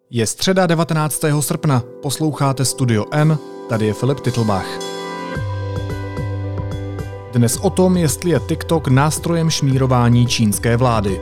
Je středa 19. srpna, posloucháte Studio M, tady je Filip Titlbach. Dnes o tom, jestli je TikTok nástrojem šmírování čínské vlády.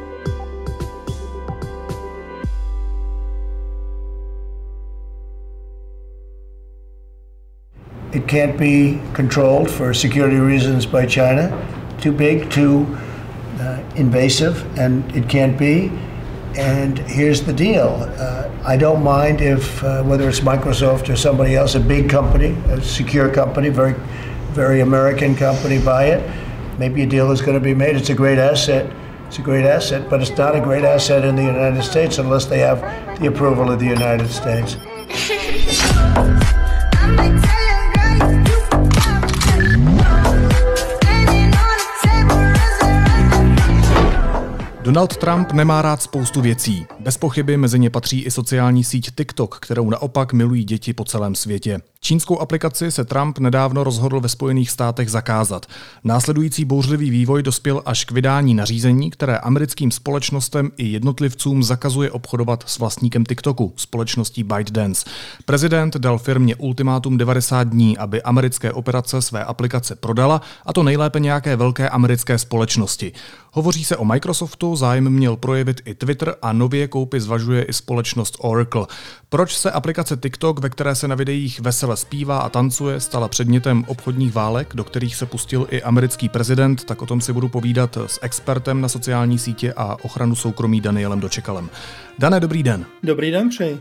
It can't be controlled for security reasons by China. Too big, too invasive, and it can't be. And here's the deal. I don't mind if, whether it's Microsoft or somebody else, a big company, a secure company, very American company, buy it. Maybe a deal is going to be made. It's a great asset. It's a great asset, but it's not a great asset in the United States unless they have the approval of the United States. Donald Trump nemá rád spoustu věcí. Bez pochyby mezi ně patří i sociální síť TikTok, kterou naopak milují děti po celém světě. Čínskou aplikaci se Trump nedávno rozhodl ve Spojených státech zakázat. Následující bouřlivý vývoj dospěl až k vydání nařízení, které americkým společnostem i jednotlivcům zakazuje obchodovat s vlastníkem TikToku, společností ByteDance. Prezident dal firmě ultimátum 90 dní, aby americké operace své aplikace prodala, a to nejlépe nějaké velké americké společnosti. Hovoří se o Microsoftu, zájem měl projevit i Twitter a nově koupy zvažuje i společnost Oracle. Proč se aplikace TikTok, ve které se na videích vesele zpívá a tancuje, stala předmětem obchodních válek, do kterých se pustil i americký prezident, tak o tom si budu povídat s expertem na sociální sítě a ochranu soukromí Danielem Dočekalem. Dane, dobrý den. Dobrý den, přeji.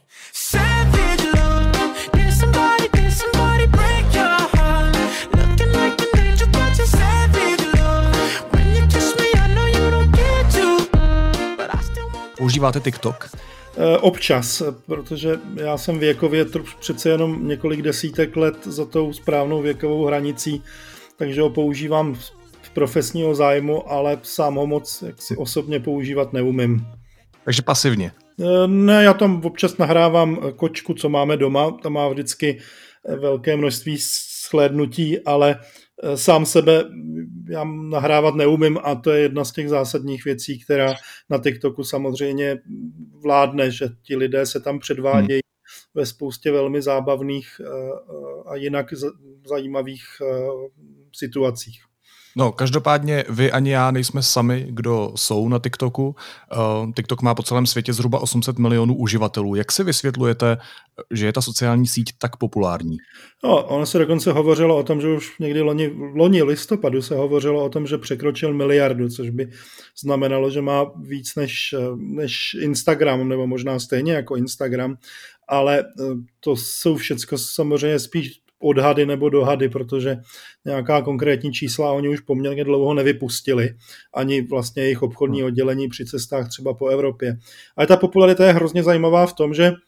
Používáte TikTok? Občas, protože já jsem věkově přece jenom několik desítek let za tou správnou věkovou hranicí, takže ho používám v profesního zájmu, ale sám ho moc jaksi osobně používat neumím. Takže pasivně? Ne, já tam občas nahrávám kočku, co máme doma, ta má vždycky velké množství shlédnutí, ale sám sebe já nahrávat neumím a to je jedna z těch zásadních věcí, která na TikToku samozřejmě vládne, že ti lidé se tam předvádějí ve spoustě velmi zábavných a jinak zajímavých situacích. No, každopádně vy ani já nejsme sami, kdo jsou na TikToku. TikTok má po celém světě zhruba 800 milionů uživatelů. Jak si vysvětlujete, že je ta sociální síť tak populární? No, ono se dokonce hovořilo o tom, že už někdy loni listopadu se hovořilo o tom, že překročil miliardu, což by znamenalo, že má víc než Instagram, nebo možná stejně jako Instagram, ale to jsou všecko samozřejmě spíš odhady nebo dohady, protože nějaká konkrétní čísla oni už poměrně dlouho nevypustili, ani vlastně jejich obchodní oddělení při cestách třeba po Evropě. Ale ta popularita je hrozně zajímavá v tom, že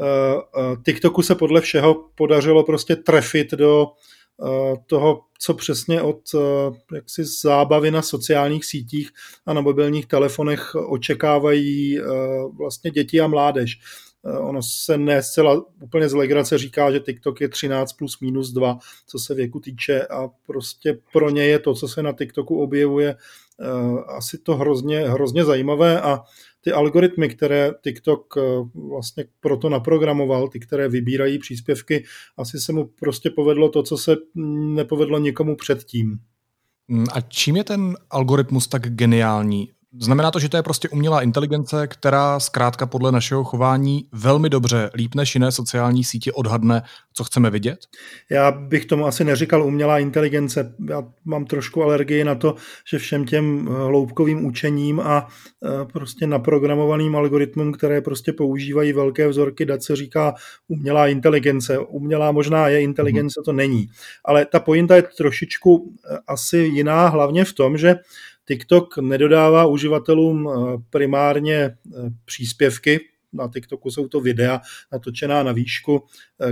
TikToku se podle všeho podařilo prostě trefit do toho, co přesně od jaksi zábavy na sociálních sítích a na mobilních telefonech očekávají vlastně děti a mládež. Ono se ne zcela úplně z legrace říká, že TikTok je 13 plus minus 2, co se věku týče, a prostě pro ně je to, co se na TikToku objevuje, asi to hrozně zajímavé, a ty algoritmy, které TikTok vlastně proto naprogramoval, ty, které vybírají příspěvky, asi se mu prostě povedlo to, co se nepovedlo nikomu předtím. A čím je ten algoritmus tak geniální? Znamená to, že to je prostě umělá inteligence, která zkrátka podle našeho chování velmi dobře, líp než jiné sociální sítě odhadne, co chceme vidět? Já bych tomu asi neříkal umělá inteligence. Já mám trošku alergii na to, že všem těm hloubkovým učením a prostě naprogramovaným algoritmům, které prostě používají velké vzorky dat, se říká umělá inteligence. Umělá možná je inteligence, to není. Ale ta pointa je trošičku asi jiná, hlavně v tom, že TikTok nedodává uživatelům primárně příspěvky. Na TikToku jsou to videa natočená na výšku,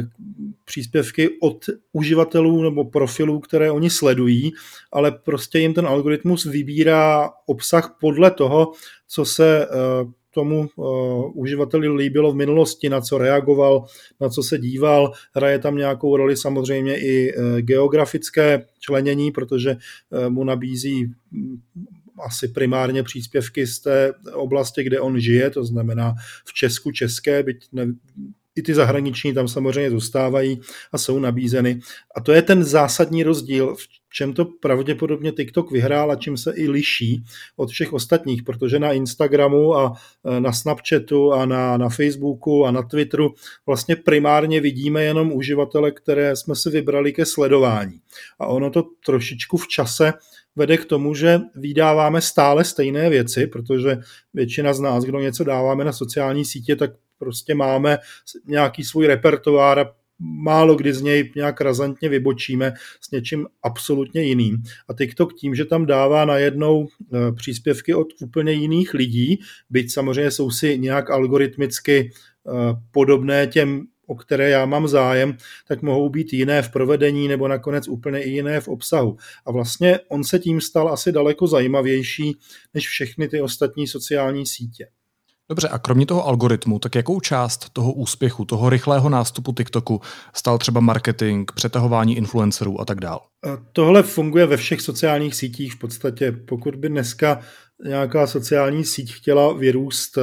příspěvky od uživatelů nebo profilů, které oni sledují, ale prostě jim ten algoritmus vybírá obsah podle toho, co se tomu uživateli líbilo v minulosti, na co reagoval, na co se díval. Hraje tam nějakou roli samozřejmě i geografické členění, protože mu nabízí asi primárně příspěvky z té oblasti, kde on žije, to znamená v Česku české, byť i ty zahraniční tam samozřejmě zůstávají a jsou nabízeny. A to je ten zásadní rozdíl, v čem to pravděpodobně TikTok vyhrál a čím se i liší od všech ostatních, protože na Instagramu a na Snapchatu a na Facebooku a na Twitteru vlastně primárně vidíme jenom uživatele, které jsme si vybrali ke sledování. A ono to trošičku v čase vede k tomu, že vydáváme stále stejné věci, protože většina z nás, kdo něco dáváme na sociální sítě, tak prostě máme nějaký svůj repertoár a málo kdy z něj nějak razantně vybočíme s něčím absolutně jiným. A TikTok tím, že tam dává najednou příspěvky od úplně jiných lidí, byť samozřejmě jsou si nějak algoritmicky podobné těm, o které já mám zájem, tak mohou být jiné v provedení nebo nakonec úplně i jiné v obsahu. A vlastně on se tím stal asi daleko zajímavější než všechny ty ostatní sociální sítě. Dobře, a kromě toho algoritmu, tak jakou část toho úspěchu, toho rychlého nástupu TikToku stal třeba marketing, přetahování influencerů a tak dál? Tohle funguje ve všech sociálních sítích v podstatě. Pokud by dneska nějaká sociální síť chtěla vyrůst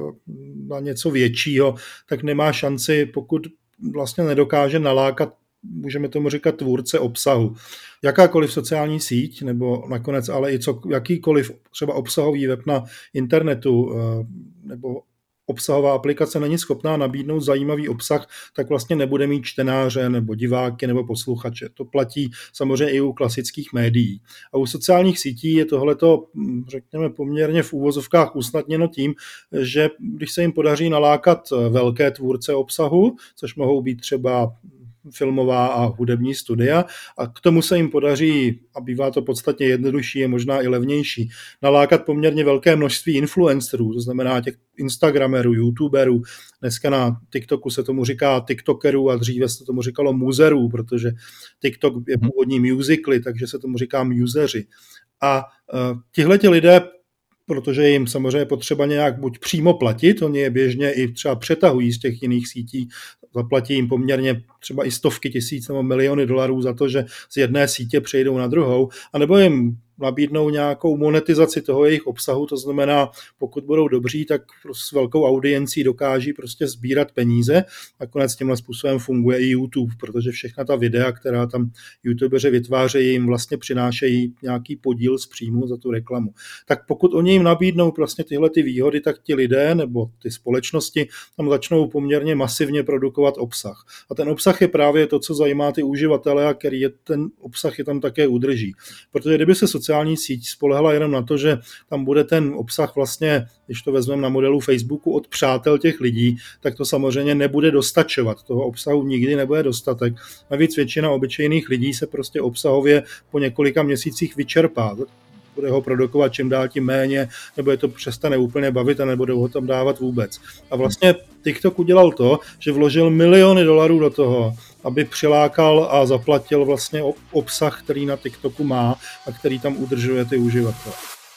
na něco většího, tak nemá šanci, pokud vlastně nedokáže nalákat, můžeme tomu říkat, tvůrce obsahu. Jakákoliv sociální síť, nebo nakonec ale i jakýkoliv třeba obsahový web na internetu, nebo obsahová aplikace není schopná nabídnout zajímavý obsah, tak vlastně nebude mít čtenáře nebo diváky nebo posluchače. To platí samozřejmě i u klasických médií. A u sociálních sítí je tohleto, řekněme, poměrně v úvozovkách usnadněno tím, že když se jim podaří nalákat velké tvůrce obsahu, což mohou být třeba filmová a hudební studia, a k tomu se jim podaří, a bývá to podstatně jednodušší, je možná i levnější, nalákat poměrně velké množství influencerů, to znamená těch instagramerů, youtuberů. Dneska na TikToku se tomu říká tiktokerů a dříve se tomu říkalo muzerů, protože TikTok je původní musically, takže se tomu říká museři. A tihleti lidé, protože je jim samozřejmě potřeba nějak buď přímo platit, oni je běžně i třeba přetahují z těch jiných sítí, zaplatí jim poměrně třeba i stovky tisíc nebo miliony dolarů za to, že z jedné sítě přejdou na druhou, anebo jim nabídnou nějakou monetizaci toho jejich obsahu, to znamená, pokud budou dobří, tak s velkou audiencí dokáží prostě sbírat peníze. Nakonec tímhle způsobem funguje i YouTube, protože všechna ta videa, která tam youtubeři vytvářejí, jim vlastně přinášejí nějaký podíl z příjmu za tu reklamu. Tak pokud oni jim nabídnou vlastně tyhle ty výhody, tak ti lidé nebo ty společnosti tam začnou poměrně masivně produkovat obsah. A ten obsah je právě to, co zajímá ty uživatele a který je ten obsah je tam také udrží. Protože kdyby se sociální síť spolehla jenom na to, že tam bude ten obsah vlastně, když to vezmeme na modelu Facebooku, od přátel těch lidí, tak to samozřejmě nebude dostačovat. Toho obsahu nikdy nebude dostatek. Navíc většina obyčejných lidí se prostě obsahově po několika měsících vyčerpá. Bude ho produkovat čím dál tím méně, nebo je to přestane úplně bavit a nebudou ho tam dávat vůbec. A vlastně TikTok udělal to, že vložil miliony dolarů do toho, aby přilákal a zaplatil vlastně obsah, který na TikToku má a který tam udržuje ty uživatele.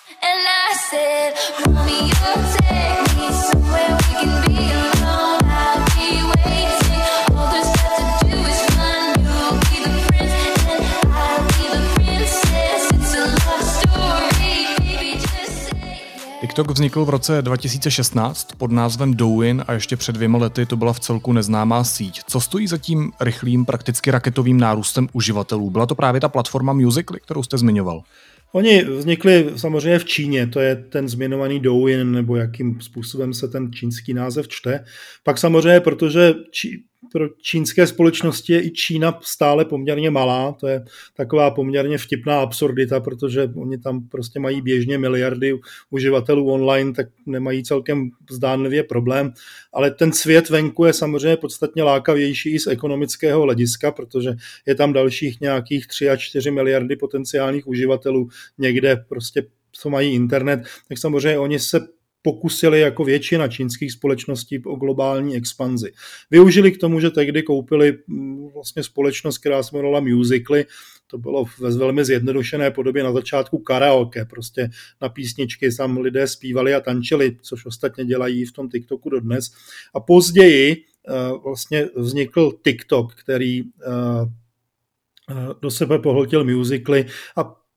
TikTok vznikl v roce 2016 pod názvem Douyin a ještě před 2 lety to byla vcelku neznámá síť. Co stojí za tím rychlým, prakticky raketovým nárůstem uživatelů? Byla to právě ta platforma Musical.ly, kterou jste zmiňoval? Oni vznikli samozřejmě v Číně, to je ten zmiňovaný Douyin, nebo jakým způsobem se ten čínský název čte. Pak samozřejmě, protože pro čínské společnosti je i Čína stále poměrně malá, to je taková poměrně vtipná absurdita, protože oni tam prostě mají běžně miliardy uživatelů online, tak nemají celkem zdánlivě problém, ale ten svět venku je samozřejmě podstatně lákavější i z ekonomického hlediska, protože je tam dalších nějakých 3 až 4 miliardy potenciálních uživatelů někde prostě, co mají internet, tak samozřejmě oni se pokusili jako většina čínských společností o globální expanzi. Využili k tomu, že tehdy koupili vlastně společnost, která se jmenovala Musical.ly, to bylo ve velmi zjednodušené podobě na začátku karaoke, prostě na písničky tam lidé zpívali a tančili, což ostatně dělají v tom TikToku dodnes. A později vlastně vznikl TikTok, který do sebe pohltil Musical.ly a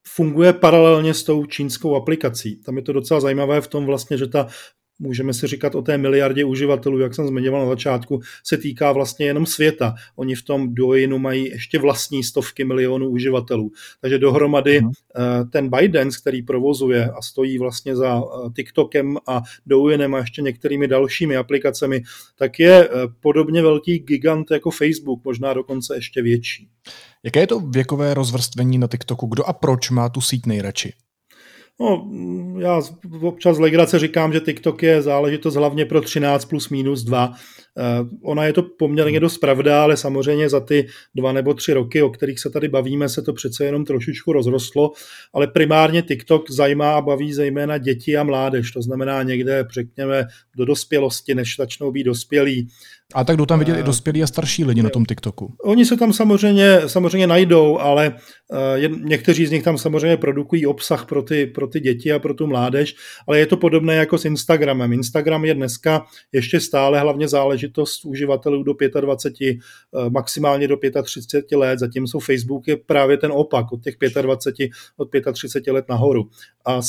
funguje paralelně s tou čínskou aplikací. Tam je to docela zajímavé v tom vlastně, že můžeme si říkat o té miliardě uživatelů, jak jsem zmiňoval na začátku, se týká vlastně jenom světa. Oni v tom Douyin mají ještě vlastní stovky milionů uživatelů. Takže dohromady ten ByteDance, který provozuje a stojí vlastně za TikTokem a Douyinem a ještě některými dalšími aplikacemi, tak je podobně velký gigant jako Facebook, možná dokonce ještě větší. Jaké je to věkové rozvrstvení na TikToku? Kdo a proč má tu síť nejradši? No, já občas z legrace říkám, že TikTok je záležitost hlavně pro 13 plus minus 2. Ona je to poměrně dost pravda, ale samozřejmě za ty 2 nebo 3 roky, o kterých se tady bavíme, se to přece jenom trošičku rozrostlo, ale primárně TikTok zajímá a baví zejména děti a mládež, to znamená někde, řekněme, do dospělosti, než začnou být dospělí. A tak jdou tam vidět i dospělí a starší lidi na tom TikToku. Oni se tam samozřejmě najdou, ale někteří z nich tam samozřejmě produkují obsah pro ty děti a pro tu mládež, ale je to podobné jako s Instagramem. Instagram je dneska ještě stále hlavně záležitost uživatelů do 25, maximálně do 35 let, zatímco Facebook je právě ten opak, od těch 25, od 35 let nahoru. A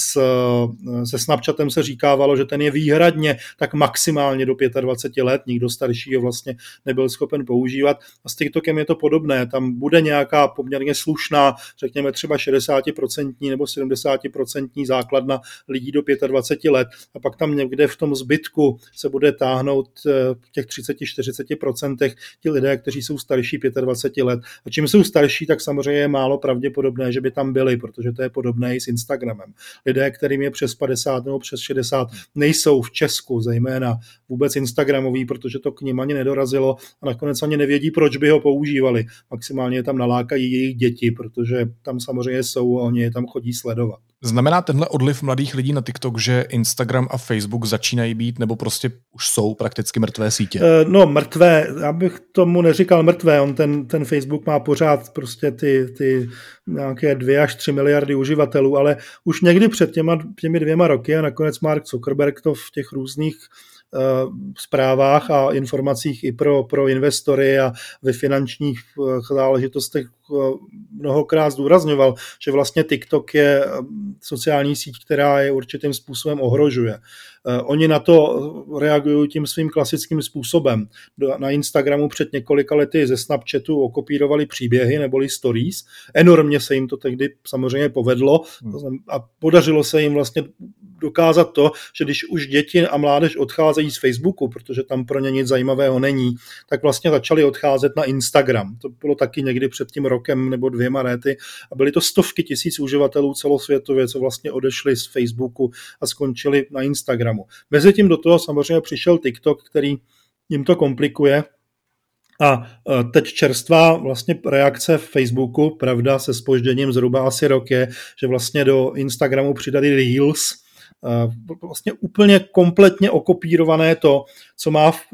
se Snapchatem se říkávalo, že ten je výhradně tak maximálně do 25 let, nikdo starší ho vlastně nebyl schopen používat. A s TikTokem je to podobné, tam bude nějaká poměrně slušná, řekněme třeba 60% nebo 70% základna lidí do 25 let a pak tam někde v tom zbytku se bude táhnout v těch 30-40% ti lidé, kteří jsou starší 25 let. A čím jsou starší, tak samozřejmě je málo pravděpodobné, že by tam byli, protože to je podobné i s Instagramem. Lidé, kterým je přes 50 nebo přes 60, nejsou v Česku zejména vůbec instagramoví, protože to k nim ani nedorazilo a nakonec ani nevědí, proč by ho používali. Maximálně je tam nalákají jejich děti, protože tam samozřejmě jsou a oni je tam chodí sledovat. Znamená tenhle odliv mladých lidí na TikTok, že Instagram a Facebook začínají být nebo prostě už jsou prakticky mrtvé sítě? No mrtvé, já bych tomu neříkal mrtvé, on ten Facebook má pořád prostě ty nějaké 2 až 3 miliardy uživatelů, ale už někdy před těmi 2 roky a nakonec Mark Zuckerberg to v těch různých zprávách a informacích i pro investory a ve finančních záležitostech mnohokrát zdůrazňoval, že vlastně TikTok je sociální síť, která je určitým způsobem ohrožuje. Oni na to reagují tím svým klasickým způsobem. Na Instagramu před několika lety ze Snapchatu okopírovali příběhy neboli stories. Enormně se jim to tehdy samozřejmě povedlo a podařilo se jim vlastně dokázat to, že když už děti a mládež odcházejí z Facebooku, protože tam pro ně nic zajímavého není, tak vlastně začali odcházet na Instagram. To bylo taky někdy před tím rokem nebo 2 lety a byly to stovky tisíc uživatelů celosvětově, co vlastně odešli z Facebooku a skončili na Instagramu. Mezitím do toho samozřejmě přišel TikTok, který jim to komplikuje. A teď čerstvá vlastně reakce v Facebooku, pravda, se zpožděním zhruba asi rok je, že vlastně do Instagramu přidali Reels, vlastně úplně kompletně okopírované to, co má v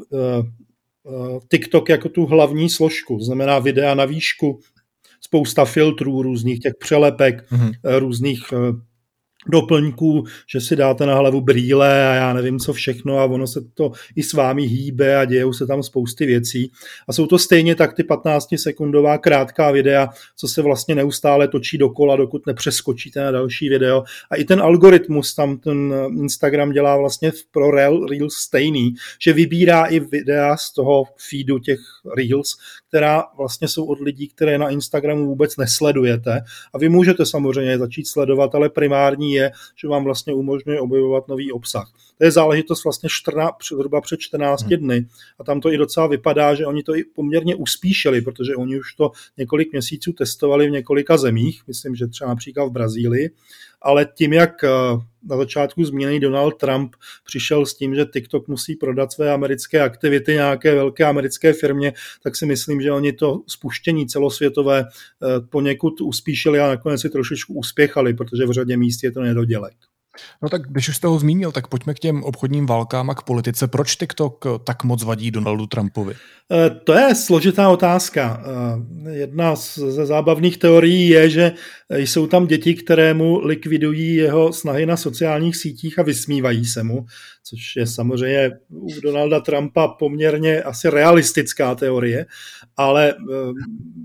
TikTok jako tu hlavní složku, to znamená videa na výšku, spousta filtrů, různých těch přelepek, různých doplňků, že si dáte na hlavu brýle a já nevím co všechno a ono se to i s vámi hýbe a dějou se tam spousty věcí. A jsou to stejně tak ty 15-sekundová krátká videa, co se vlastně neustále točí dokola, dokud nepřeskočíte na další video. A i ten algoritmus tam ten Instagram dělá vlastně pro Reels stejný, že vybírá i videa z toho feedu těch Reels, která vlastně jsou od lidí, které na Instagramu vůbec nesledujete. A vy můžete samozřejmě začít sledovat, ale primární je, že vám vlastně umožňuje objevovat nový obsah. To je záležitost vlastně zhruba před 14 dny a tam to i docela vypadá, že oni to i poměrně uspíšili, protože oni už to několik měsíců testovali v několika zemích, myslím, že třeba například v Brazílii, ale tím, jak na začátku zmíněný Donald Trump přišel s tím, že TikTok musí prodat své americké aktivity nějaké velké americké firmě, tak si myslím, že oni to spuštění celosvětové poněkud uspíšili a nakonec si trošičku uspěchali, protože v řadě míst je to nedodělek. No tak když už jste ho zmínil, tak pojďme k těm obchodním válkám a k politice. Proč TikTok tak moc vadí Donaldu Trumpovi? To je složitá otázka. Jedna ze zábavných teorií je, že jsou tam děti, které mu likvidují jeho snahy na sociálních sítích a vysmívají se mu, což je samozřejmě u Donalda Trumpa poměrně asi realistická teorie, ale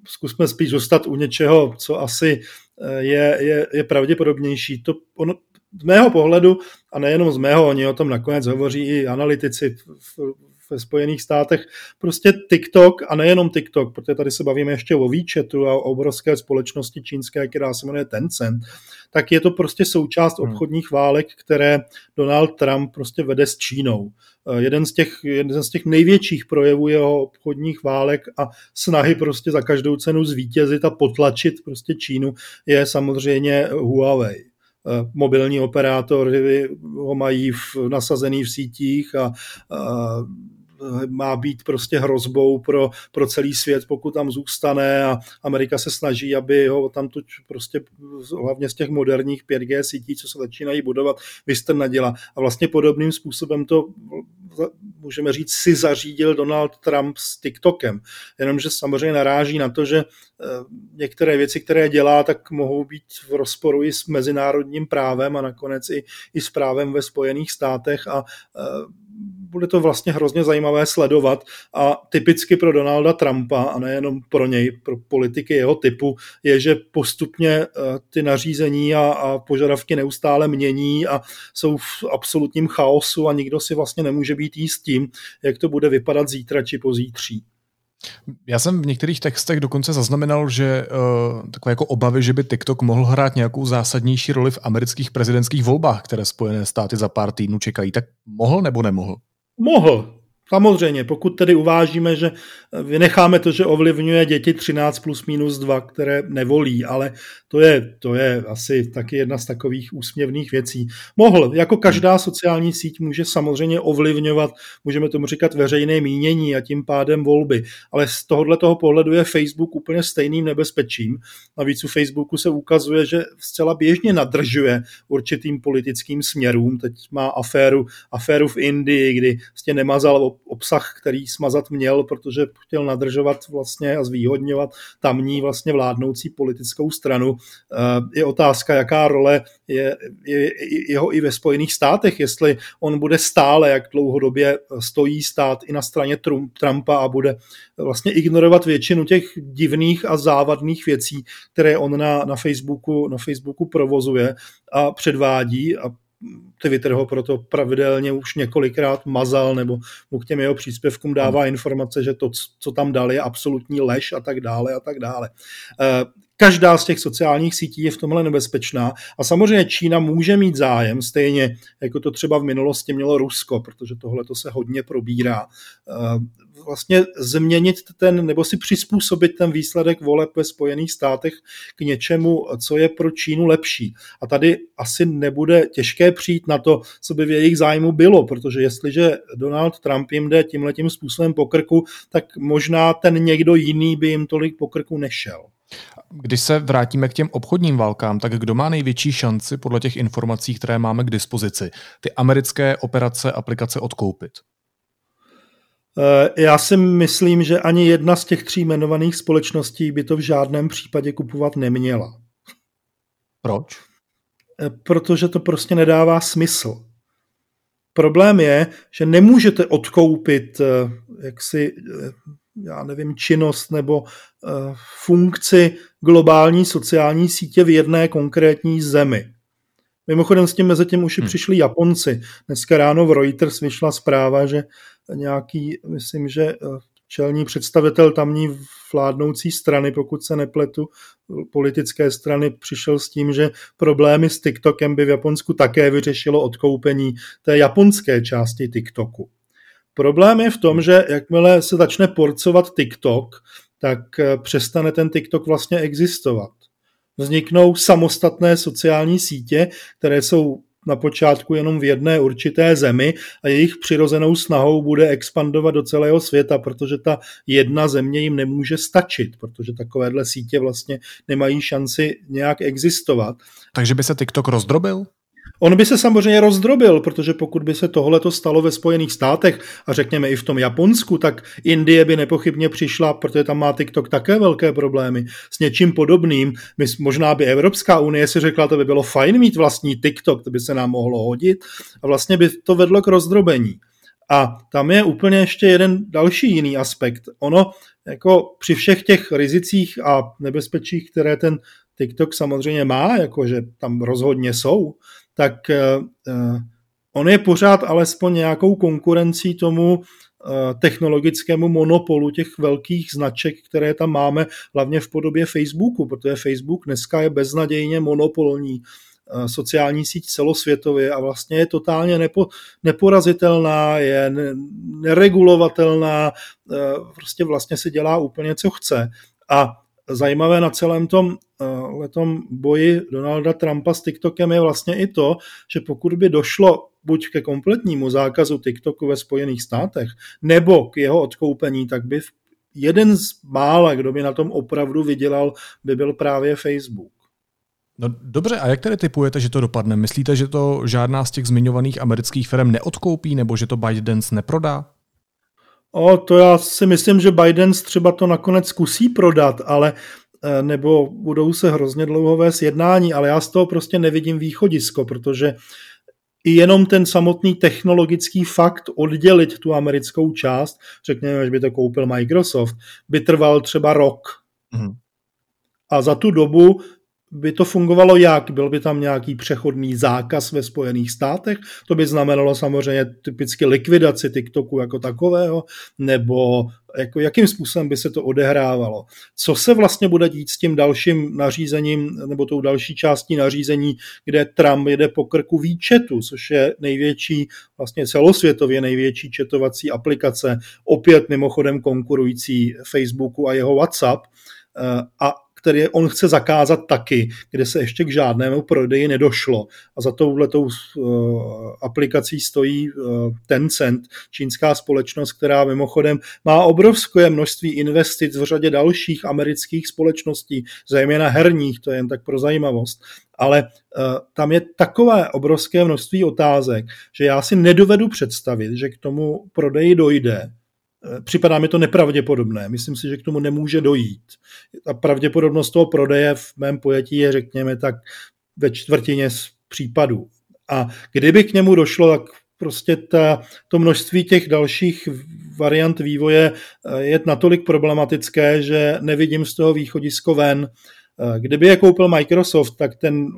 zkusme spíš zůstat u něčeho, co asi je pravděpodobnější. Z mého pohledu, a nejenom z mého, oni o tom nakonec hovoří i analytici ve Spojených státech, prostě TikTok, a nejenom TikTok, protože tady se bavíme ještě o WeChatu a o obrovské společnosti čínské, která se jmenuje Tencent, tak je to prostě součást obchodních válek, které Donald Trump prostě vede s Čínou. Jeden z těch největších projevů jeho obchodních válek a snahy prostě za každou cenu zvítězit a potlačit prostě Čínu je samozřejmě Huawei. Mobilní operátory ho mají nasazený v sítích a má být prostě hrozbou pro celý svět, pokud tam zůstane, a Amerika se snaží, aby ho tam tu prostě hlavně z těch moderních 5G sítí, co se začínají budovat, vystrnadila. A vlastně podobným způsobem to, můžeme říct, si zařídil Donald Trump s TikTokem. Jenomže samozřejmě naráží na to, že některé věci, které dělá, tak mohou být v rozporu i s mezinárodním právem a nakonec i s právem ve Spojených státech, a bude to vlastně hrozně zajímavé sledovat. A typicky pro Donalda Trumpa, a nejenom pro něj, pro politiky jeho typu, je, že postupně ty nařízení a požadavky neustále mění a jsou v absolutním chaosu a nikdo si vlastně nemůže být jist tím, jak to bude vypadat zítra či pozítří. Já jsem v některých textech dokonce zaznamenal, že takové jako obavy, že by TikTok mohl hrát nějakou zásadnější roli v amerických prezidentských volbách, které Spojené státy za pár týdnů čekají, tak mohl nebo nemohl? Mohl. Samozřejmě, pokud tedy uvážíme, že vynecháme to, že ovlivňuje děti 13 plus minus 2, které nevolí, ale to je asi taky jedna z takových úsměvných věcí. Mohl, jako každá sociální síť může samozřejmě ovlivňovat, můžeme tomu říkat, veřejné mínění a tím pádem volby, ale z tohoto pohledu je Facebook úplně stejným nebezpečím. Navíc u Facebooku se ukazuje, že zcela běžně nadržuje určitým politickým směrům. Teď má aféru v Indii, kdy vlastně nemazal obsah, který smazat měl, protože chtěl nadržovat vlastně a zvýhodňovat tamní vlastně vládnoucí politickou stranu. Je otázka, jaká role je jeho i ve Spojených státech, jestli on bude stále, jak dlouhodobě stojí stát i na straně Trumpa a bude vlastně ignorovat většinu těch divných a závadných věcí, které on na Facebooku provozuje a předvádí, a Twitter ho proto pravidelně už několikrát mazal, nebo mu k těm jeho příspěvkům dává informace, že to, co tam dal, je absolutní lež a tak dále a tak dále. Každá z těch sociálních sítí je v tomhle nebezpečná a samozřejmě Čína může mít zájem, stejně jako to třeba v minulosti mělo Rusko, protože tohle to se hodně probírá, vlastně změnit nebo si přizpůsobit ten výsledek voleb ve Spojených státech k něčemu, co je pro Čínu lepší. A tady asi nebude těžké přijít na to, co by v jejich zájmu bylo, protože jestliže Donald Trump jim jde tímhletím způsobem po krku, tak možná ten někdo jiný by jim tolik po krku nešel. Když se vrátíme k těm obchodním válkám, tak kdo má největší šanci podle těch informací, které máme k dispozici, ty americké operace, aplikace odkoupit? Já si myslím, že ani jedna z těch 3 jmenovaných společností by to v žádném případě kupovat neměla. Proč? Protože to prostě nedává smysl. Problém je, že nemůžete odkoupit činnost nebo funkci globální sociální sítě v jedné konkrétní zemi. Mimochodem s tím mezi tím už přišli Japonci. Dneska ráno v Reuters vyšla zpráva, že nějaký, myslím, že čelní představitel tamní vládnoucí strany, pokud se nepletu, politické strany, přišel s tím, že problémy s TikTokem by v Japonsku také vyřešilo odkoupení té japonské části TikToku. Problém je v tom, že jakmile se začne porcovat TikTok, tak přestane ten TikTok vlastně existovat. Vzniknou samostatné sociální sítě, které jsou na počátku jenom v jedné určité zemi a jejich přirozenou snahou bude expandovat do celého světa, protože ta jedna země jim nemůže stačit, protože takovéhle sítě vlastně nemají šanci nějak existovat. Takže by se TikTok rozdrobil? On by se samozřejmě rozdrobil, protože pokud by se tohleto stalo ve Spojených státech a řekněme i v tom Japonsku, tak Indie by nepochybně přišla, protože tam má TikTok také velké problémy s něčím podobným. Možná by Evropská unie si řekla, to by bylo fajn mít vlastní TikTok, to by se nám mohlo hodit a vlastně by to vedlo k rozdrobení. A tam je úplně ještě jeden další jiný aspekt. Ono jako při všech těch rizicích a nebezpečích, které ten TikTok samozřejmě má, jakože tam rozhodně jsou, tak on je pořád alespoň nějakou konkurencí tomu technologickému monopolu těch velkých značek, které tam máme, hlavně v podobě Facebooku, protože Facebook dneska je beznadějně monopolní sociální síť celosvětově a vlastně je totálně neporazitelná, je neregulovatelná, prostě vlastně si dělá úplně, co chce. A zajímavé na celém tom letom boji Donalda Trumpa s TikTokem je vlastně i to, že pokud by došlo buď ke kompletnímu zákazu TikToku ve Spojených státech, nebo k jeho odkoupení, tak by jeden z mála, kdo by na tom opravdu vydělal, by byl právě Facebook. No dobře, a jak tedy tipujete, že to dopadne? Myslíte, že to žádná z těch zmiňovaných amerických firm neodkoupí, nebo že to ByteDance neprodá? To já si myslím, že ByteDance třeba to nakonec zkusí prodat, ale nebo budou se hrozně dlouho vést jednání, ale já z toho prostě nevidím východisko, protože i jenom ten samotný technologický fakt oddělit tu americkou část, řekněme, že by to koupil Microsoft, by trval třeba rok. A za tu dobu by to fungovalo jak? Byl by tam nějaký přechodný zákaz ve Spojených státech? To by znamenalo samozřejmě typicky likvidaci TikToku jako takového, nebo jako jakým způsobem by se to odehrávalo? Co se vlastně bude dít s tím dalším nařízením, nebo tou další částí nařízení, kde Trump jede po krku WeChatu, což je největší, vlastně celosvětově největší chatovací aplikace, opět mimochodem konkurující Facebooku a jeho WhatsApp, a který on chce zakázat taky, kde se ještě k žádnému prodeji nedošlo. A za touhletou aplikací stojí Tencent, čínská společnost, která mimochodem má obrovské množství investic v řadě dalších amerických společností, zejména herních, to je jen tak pro zajímavost. Ale tam je takové obrovské množství otázek, že já si nedovedu představit, že k tomu prodeji dojde. Připadá mi to nepravděpodobné. Myslím si, že k tomu nemůže dojít. A pravděpodobnost toho prodeje v mém pojetí je, řekněme, tak ve čtvrtině z případů. A kdyby k němu došlo, tak prostě to množství těch dalších variant vývoje je natolik problematické, že nevidím z toho východisko ven. Kdyby je koupil Microsoft, tak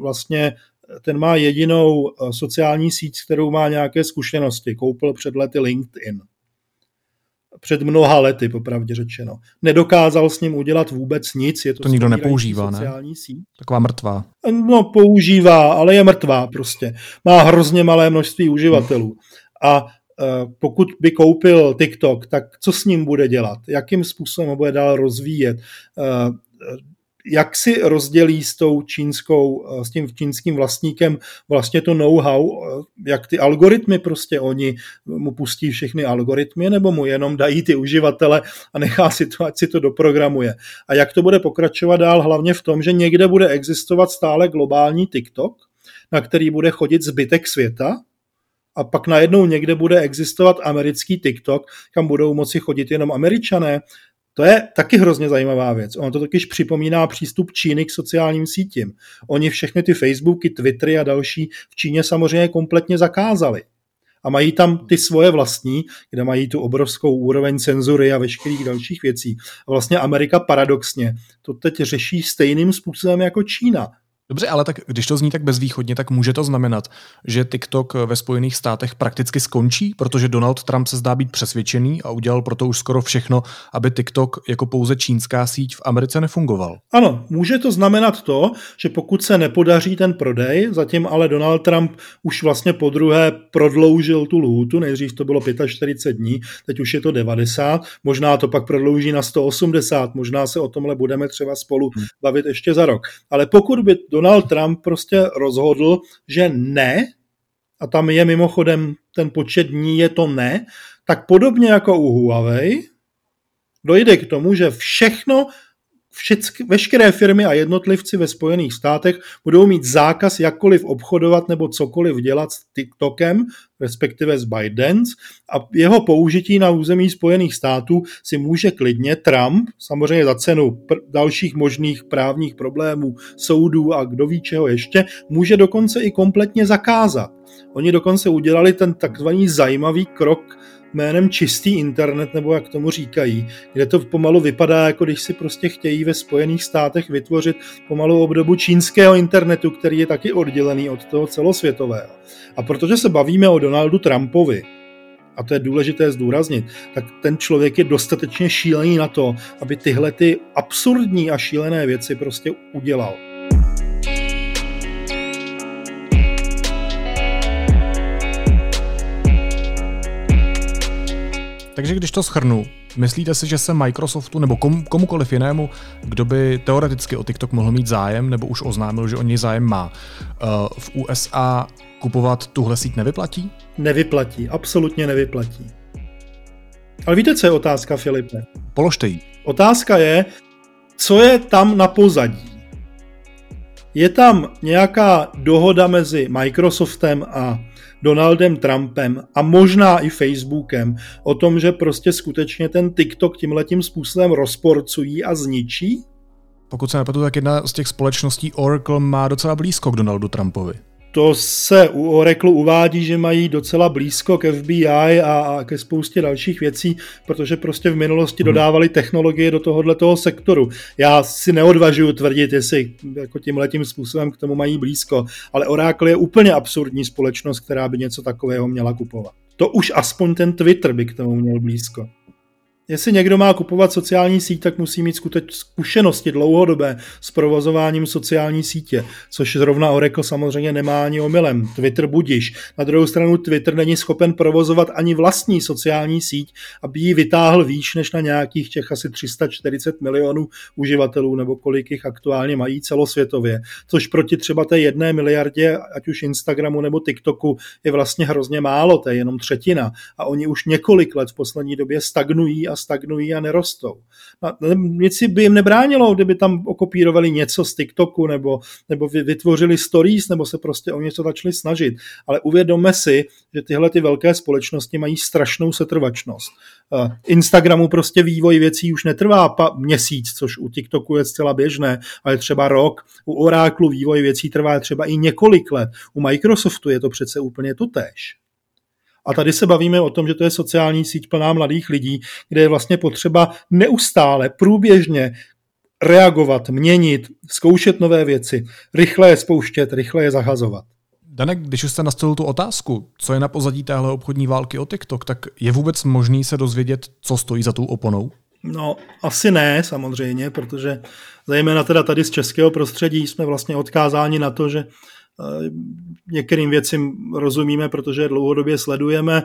ten má jedinou sociální síť, s kterou má nějaké zkušenosti. Koupil před lety LinkedIn. Před mnoha lety, popravdě řečeno. Nedokázal s ním udělat vůbec nic. Je to nikdo nepoužívá, sociální síť. Taková mrtvá. No, používá, ale je mrtvá prostě. Má hrozně malé množství uživatelů. A pokud by koupil TikTok, tak co s ním bude dělat? Jakým způsobem ho bude dál rozvíjet? Jak si rozdělí s tím čínským vlastníkem vlastně to know-how, jak ty algoritmy prostě oni mu pustí všechny algoritmy, nebo mu jenom dají ty uživatele a nechá si to, ať si to doprogramuje. A jak to bude pokračovat dál, hlavně v tom, že někde bude existovat stále globální TikTok, na který bude chodit zbytek světa, a pak najednou někde bude existovat americký TikTok, kam budou moci chodit jenom Američané. To je taky hrozně zajímavá věc. Ono to totiž připomíná přístup Číny k sociálním sítím. Oni všechny ty Facebooky, Twittery a další v Číně samozřejmě kompletně zakázali. A mají tam ty svoje vlastní, kde mají tu obrovskou úroveň cenzury a veškerých dalších věcí. A vlastně Amerika paradoxně to teď řeší stejným způsobem jako Čína. Dobře, ale tak když to zní tak bezvýchodně, tak může to znamenat, že TikTok ve Spojených státech prakticky skončí, protože Donald Trump se zdá být přesvědčený a udělal proto už skoro všechno, aby TikTok jako pouze čínská síť v Americe nefungoval. Ano, může to znamenat to, že pokud se nepodaří ten prodej, zatím ale Donald Trump už vlastně podruhé prodloužil tu lhůtu, nejdřív to bylo 45 dní, teď už je to 90, možná to pak prodlouží na 180, možná se o tomhle budeme třeba spolu bavit ještě za rok. Ale pokud by Donald Trump prostě rozhodl, že ne, a tam je mimochodem ten počet dní, je to ne, tak podobně jako u Huawei dojde k tomu, že veškeré firmy a jednotlivci ve Spojených státech budou mít zákaz jakkoliv obchodovat nebo cokoliv dělat s TikTokem, respektive s ByteDance, a jeho použití na území Spojených států si může klidně Trump, samozřejmě za cenu dalších možných právních problémů, soudů a kdo ví čeho ještě, může dokonce i kompletně zakázat. Oni dokonce udělali ten takzvaný zajímavý krok jménem čistý internet, nebo jak tomu říkají, kde to pomalu vypadá, jako když si prostě chtějí ve Spojených státech vytvořit pomalu obdobu čínského internetu, který je taky oddělený od toho celosvětového. A protože se bavíme o Donaldu Trumpovi, a to je důležité zdůraznit, tak ten člověk je dostatečně šílený na to, aby tyhle ty absurdní a šílené věci prostě udělal. Takže když to shrnu, myslíte si, že se Microsoftu nebo komukoliv jinému, kdo by teoreticky o TikTok mohl mít zájem, nebo už oznámil, že o něj zájem má, v USA kupovat tuhle síť nevyplatí? Nevyplatí, absolutně nevyplatí. Ale víte, co je otázka, Filipe? Položte ji. Otázka je, co je tam na pozadí. Je tam nějaká dohoda mezi Microsoftem a Donaldem Trumpem a možná i Facebookem o tom, že prostě skutečně ten TikTok tímhletím způsobem rozporcují a zničí? Pokud se nepletu, tak jedna z těch společností Oracle má docela blízko k Donaldu Trumpovi. To se u Oracle uvádí, že mají docela blízko k FBI a ke spoustě dalších věcí, protože prostě v minulosti dodávali technologie do tohoto sektoru. Já si neodvažuji tvrdit, jestli jako tímhletím způsobem k tomu mají blízko, ale Oracle je úplně absurdní společnost, která by něco takového měla kupovat. To už aspoň ten Twitter by k tomu měl blízko. Jestli někdo má kupovat sociální síť, tak musí mít zkušenosti dlouhodobé s provozováním sociální sítě, což zrovna Oracle samozřejmě nemá ani omylem. Twitter budiš. Na druhou stranu Twitter není schopen provozovat ani vlastní sociální síť, aby ji vytáhl výš než na nějakých těch asi 340 milionů uživatelů, nebo kolik jich aktuálně mají celosvětově. Což proti třeba té 1 miliardě, ať už Instagramu nebo TikToku, je vlastně hrozně málo, to je jenom třetina. A oni už několik let v poslední době stagnují a nerostou. Nic by jim nebránilo, kdyby tam okopírovali něco z TikToku nebo vytvořili stories, nebo se prostě o něco začali snažit. Ale uvědomme si, že tyhle ty velké společnosti mají strašnou setrvačnost. Instagramu prostě vývoj věcí už netrvá měsíc, což u TikToku je zcela běžné, ale třeba rok. U Oraclu vývoj věcí trvá třeba i několik let. U Microsoftu je to přece úplně totéž. A tady se bavíme o tom, že to je sociální síť plná mladých lidí, kde je vlastně potřeba neustále, průběžně reagovat, měnit, zkoušet nové věci, rychle je spouštět, rychle je zahazovat. Danek, když už jste nastolil tu otázku, co je na pozadí téhle obchodní války o TikTok, tak je vůbec možný se dozvědět, co stojí za tou oponou? No, asi ne, samozřejmě, protože zejména teda tady z českého prostředí jsme vlastně odkázáni na to, že některým věcem rozumíme, protože dlouhodobě sledujeme,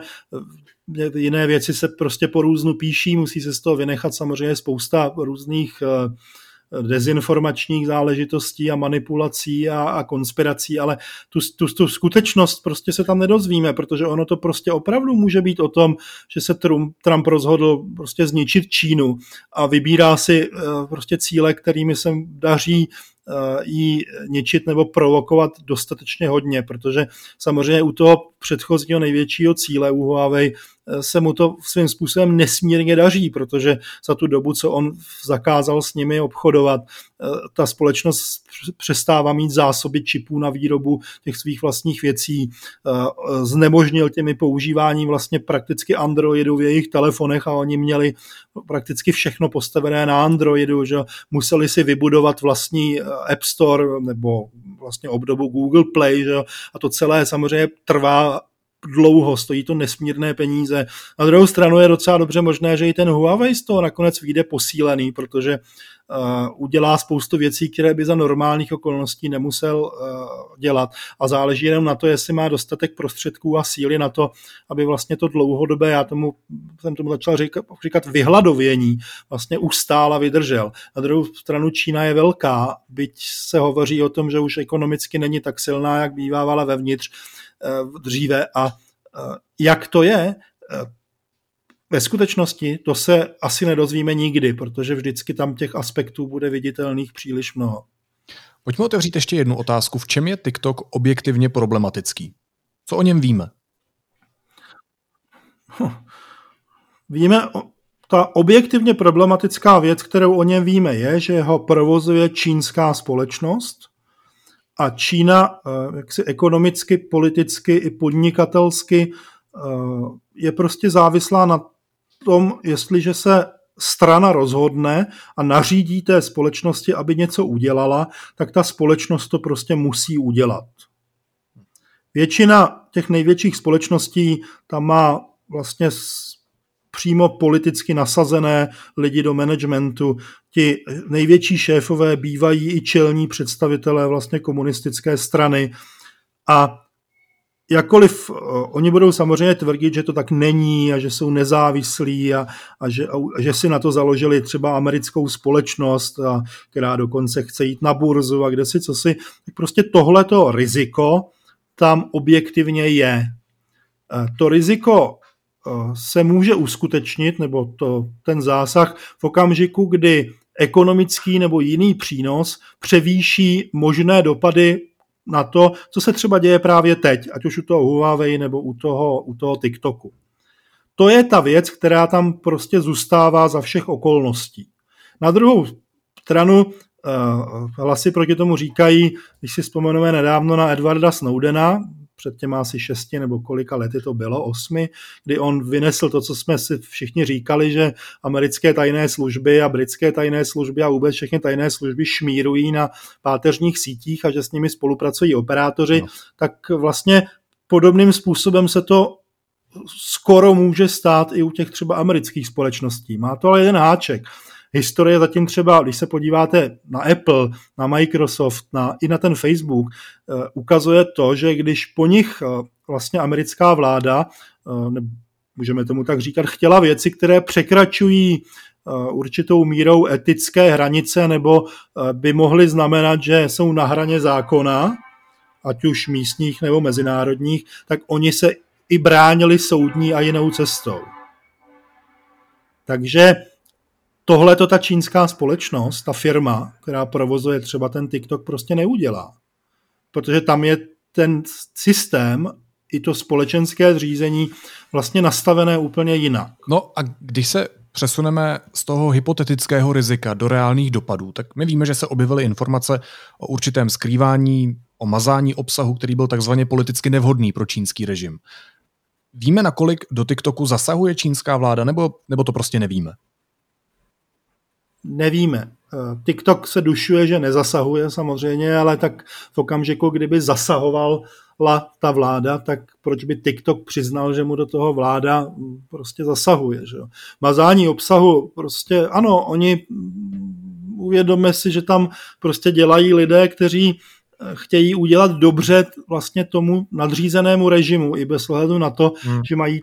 jiné věci se prostě po různu píší, musí se z toho vynechat samozřejmě spousta různých dezinformačních záležitostí a manipulací a konspirací, ale tu skutečnost prostě se tam nedozvíme, protože ono to prostě opravdu může být o tom, že se Trump rozhodl prostě zničit Čínu a vybírá si prostě cíle, kterými se daří jí ničit nebo provokovat dostatečně hodně, protože samozřejmě u toho předchozího největšího cíle u Huawei se mu to svým způsobem nesmírně daří, protože za tu dobu, co on zakázal s nimi obchodovat, ta společnost přestává mít zásoby čipů na výrobu těch svých vlastních věcí, znemožnil těmi používáním vlastně prakticky Androidu v jejich telefonech a oni měli prakticky všechno postavené na Androidu, že museli si vybudovat vlastní App Store nebo vlastně obdobu Google Play, že? A to celé samozřejmě trvá dlouho, stojí to nesmírné peníze. Na druhou stranu je docela dobře možné, že i ten Huawei z toho nakonec vyjde posílený, protože udělá spoustu věcí, které by za normálních okolností nemusel dělat a záleží jenom na to, jestli má dostatek prostředků a síly na to, aby vlastně to dlouhodobé, jsem tomu začal říkat vyhladovění, vlastně ustál a vydržel. Na druhou stranu Čína je velká, byť se hovoří o tom, že už ekonomicky není tak silná, jak bývávala vevnitř dříve a jak to je, ve skutečnosti to se asi nedozvíme nikdy, protože vždycky tam těch aspektů bude viditelných příliš mnoho. Pojďme otevřít ještě jednu otázku. V čem je TikTok objektivně problematický? Co o něm víme? Víme, ta objektivně problematická věc, kterou o něm víme, je, že ho provozuje čínská společnost a Čína jaksi ekonomicky, politicky i podnikatelsky je prostě závislá na tom, jestliže se strana rozhodne a nařídí té společnosti, aby něco udělala, tak ta společnost to prostě musí udělat. Většina těch největších společností tam má vlastně přímo politicky nasazené lidi do managementu. Ti největší šéfové bývají i čelní představitelé vlastně komunistické strany a jakkoliv oni budou samozřejmě tvrdit, že to tak není a že jsou nezávislí a že si na to založili třeba americkou společnost, která dokonce chce jít na burzu a kde si co si, tak prostě tohleto riziko tam objektivně je. To riziko se může uskutečnit, nebo ten zásah v okamžiku, kdy ekonomický nebo jiný přínos převýší možné dopady na to, co se třeba děje právě teď, ať už u toho Huawei nebo u toho TikToku. To je ta věc, která tam prostě zůstává za všech okolností. Na druhou stranu hlasy proti tomu říkají, když si vzpomeneme nedávno na Edwarda Snowdena, před těma asi 6 nebo kolika lety to bylo, 8, kdy on vynesl to, co jsme si všichni říkali, že americké tajné služby a britské tajné služby a vůbec všechny tajné služby šmírují na páteřních sítích a že s nimi spolupracují operátoři, tak vlastně podobným způsobem se to skoro může stát i u těch třeba amerických společností. Má to ale jeden háček. Historie zatím třeba, když se podíváte na Apple, na Microsoft, i na ten Facebook, ukazuje to, že když po nich vlastně americká vláda, můžeme tomu tak říkat, chtěla věci, které překračují určitou mírou etické hranice nebo by mohly znamenat, že jsou na hraně zákona, ať už místních nebo mezinárodních, tak oni se i bránili soudní a jinou cestou. Takže tohle to ta čínská společnost, ta firma, která provozuje třeba ten TikTok, prostě neudělá. Protože tam je ten systém i to společenské zřízení vlastně nastavené úplně jinak. No a když se přesuneme z toho hypotetického rizika do reálných dopadů, tak my víme, že se objevily informace o určitém skrývání, o mazání obsahu, který byl takzvaně politicky nevhodný pro čínský režim. Víme, nakolik do TikToku zasahuje čínská vláda, nebo to prostě nevíme? Nevíme. TikTok se dušuje, že nezasahuje samozřejmě, ale tak v okamžiku, kdyby zasahovala ta vláda, tak proč by TikTok přiznal, že mu do toho vláda prostě zasahuje. Že? Mazání obsahu, prostě ano, oni uvědomme si, že tam prostě dělají lidé, kteří chtějí udělat dobře vlastně tomu nadřízenému režimu i bez ohledu na to, že mají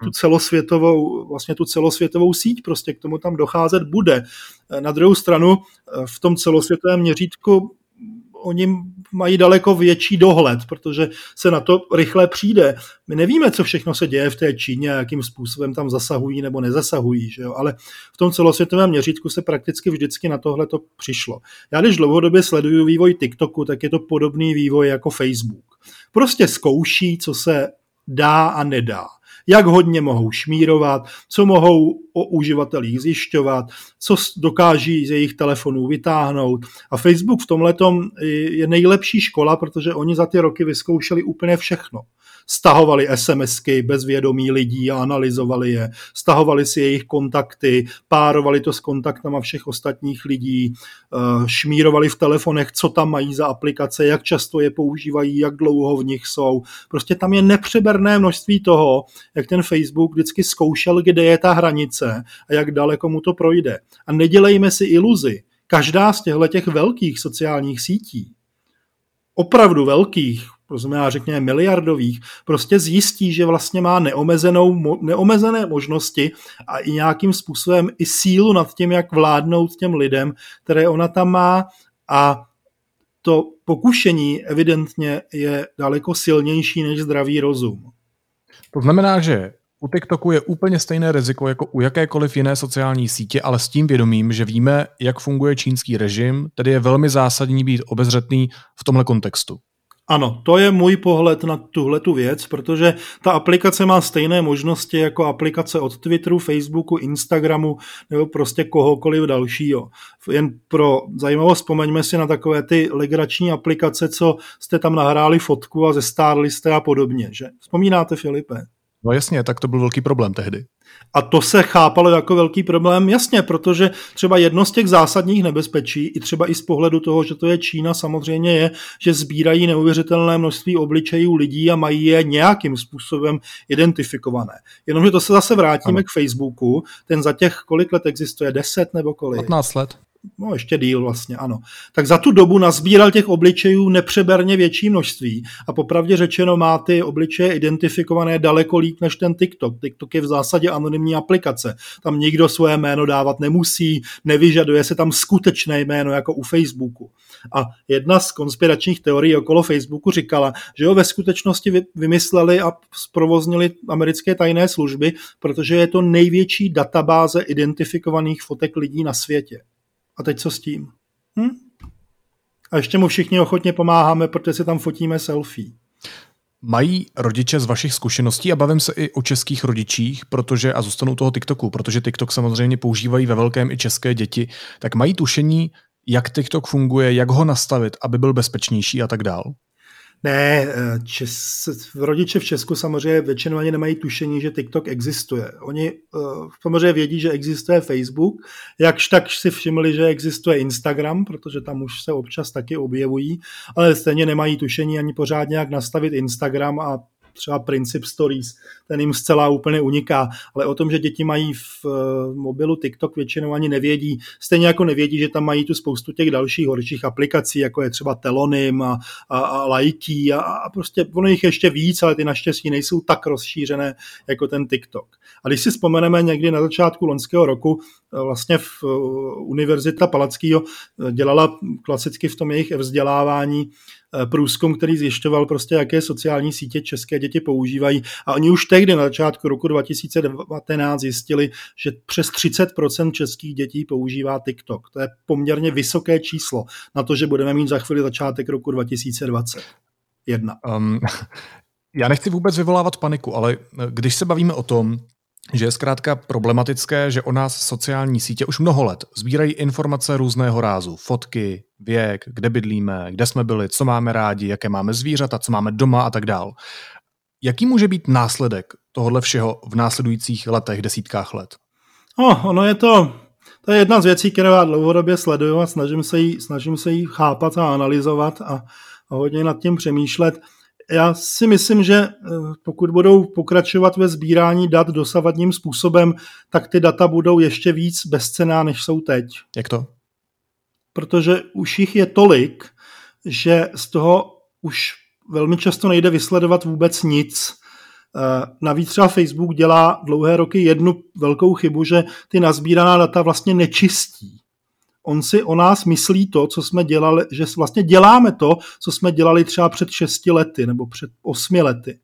tu celosvětovou síť, prostě k tomu tam docházet bude. Na druhou stranu v tom celosvětovém měřítku oni mají daleko větší dohled, protože se na to rychle přijde. My nevíme, co všechno se děje v té Číně, jakým způsobem tam zasahují nebo nezasahují, že jo? Ale v tom celosvětovém měřítku se prakticky vždycky na tohle to přišlo. Já když dlouhodobě sleduju vývoj TikToku, tak je to podobný vývoj jako Facebook. Prostě zkouší, co se dá a nedá. Jak hodně mohou šmírovat, co mohou o uživatelích zjišťovat, co dokáží z jejich telefonů vytáhnout. A Facebook v tomhletom je nejlepší škola, protože oni za ty roky vyzkoušeli úplně všechno. Stahovali SMSky bez vědomí lidí a analyzovali je. Stahovali si jejich kontakty, párovali to s kontaktama všech ostatních lidí, šmírovali v telefonech, co tam mají za aplikace, jak často je používají, jak dlouho v nich jsou. Prostě tam je nepřeberné množství toho, jak ten Facebook vždycky zkoušel, kde je ta hranice a jak daleko mu to projde. A nedělejme si iluzi. Každá z těchto velkých sociálních sítí, opravdu velkých, řekněme miliardových, prostě zjistí, že vlastně má neomezené možnosti a i nějakým způsobem i sílu nad tím, jak vládnout těm lidem, které ona tam má, a to pokušení evidentně je daleko silnější než zdravý rozum. To znamená, že u TikToku je úplně stejné riziko jako u jakékoliv jiné sociální sítě, ale s tím vědomím, že víme, jak funguje čínský režim, tedy je velmi zásadní být obezřetný v tomhle kontextu. Ano, to je můj pohled na tuhletu věc, protože ta aplikace má stejné možnosti jako aplikace od Twitteru, Facebooku, Instagramu nebo prostě kohokoliv dalšího. Jen pro zajímavost vzpomeňme si na takové ty legrační aplikace, co jste tam nahráli fotku a zestárli jste a podobně. Že? Vzpomínáte, Filipe? No jasně, tak to byl velký problém tehdy. A to se chápalo jako velký problém, jasně, protože třeba jedno z těch zásadních nebezpečí, i třeba i z pohledu toho, že to je Čína, samozřejmě je, že sbírají neuvěřitelné množství obličejů lidí a mají je nějakým způsobem identifikované. Jenomže to se zase vrátíme k Facebooku, ten za těch kolik let existuje, 10 nebo kolik? 15 let. No ještě díl vlastně, ano. Tak za tu dobu nazbíral těch obličejů nepřeberně větší množství a popravdě řečeno má ty obličeje identifikované daleko líp než ten TikTok. TikTok je v zásadě anonymní aplikace. Tam nikdo svoje jméno dávat nemusí, nevyžaduje se tam skutečné jméno jako u Facebooku. A jedna z konspiračních teorií okolo Facebooku říkala, že ho ve skutečnosti vymysleli a zprovoznili americké tajné služby, protože je to největší databáze identifikovaných fotek lidí na světě. A teď co s tím? A ještě mu všichni ochotně pomáháme, protože si tam fotíme selfie. Mají rodiče z vašich zkušeností, a bavím se i o českých rodičích, protože, a zůstanou toho TikToku, protože TikTok samozřejmě používají ve velkém i české děti, tak mají tušení, jak TikTok funguje, jak ho nastavit, aby byl bezpečnější a tak dál? Ne, rodiče v Česku samozřejmě většinou ani nemají tušení, že TikTok existuje. Oni samozřejmě vědí, že existuje Facebook, jakž tak si všimli, že existuje Instagram, protože tam už se občas taky objevují, ale stejně nemají tušení ani pořádně, jak nastavit Instagram a třeba princip stories, ten jim zcela úplně uniká, ale o tom, že děti mají v mobilu TikTok, většinou ani nevědí, stejně jako nevědí, že tam mají tu spoustu těch dalších horších aplikací, jako je třeba Telonym a Lajky a prostě ono jich ještě víc, ale ty naštěstí nejsou tak rozšířené jako ten TikTok. A když si vzpomeneme někdy na začátku loňského roku, vlastně v Univerzita Palackého dělala klasicky v tom jejich vzdělávání průzkum, který zjišťoval prostě, jaké sociální sítě české děti používají. A oni už tehdy na začátku roku 2019 zjistili, že přes 30% českých dětí používá TikTok. To je poměrně vysoké číslo na to, že budeme mít za chvíli začátek roku 2021. Já nechci vůbec vyvolávat paniku, ale když se bavíme o tom, že je zkrátka problematické, že o nás sociální sítě už mnoho let sbírají informace různého rázu, fotky, věk, kde bydlíme, kde jsme byli, co máme rádi, jaké máme zvířata, co máme doma a tak dál. Jaký může být následek tohohle všeho v následujících letech, desítkách let? Ono je to je jedna z věcí, které já dlouhodobě sleduju a snažím se jí chápat a analyzovat a hodně nad tím přemýšlet. Já si myslím, že pokud budou pokračovat ve sbírání dat dosavadním způsobem, tak ty data budou ještě víc bezcenná, než jsou teď. Jak to? Protože už jich je tolik, že z toho už velmi často nejde vysledovat vůbec nic. Navíc třeba Facebook dělá dlouhé roky jednu velkou chybu, že ty nazbíraná data vlastně nečistí. On si o nás myslí to, co jsme dělali, že vlastně děláme to, co jsme dělali třeba před 6 lety nebo před 8 lety.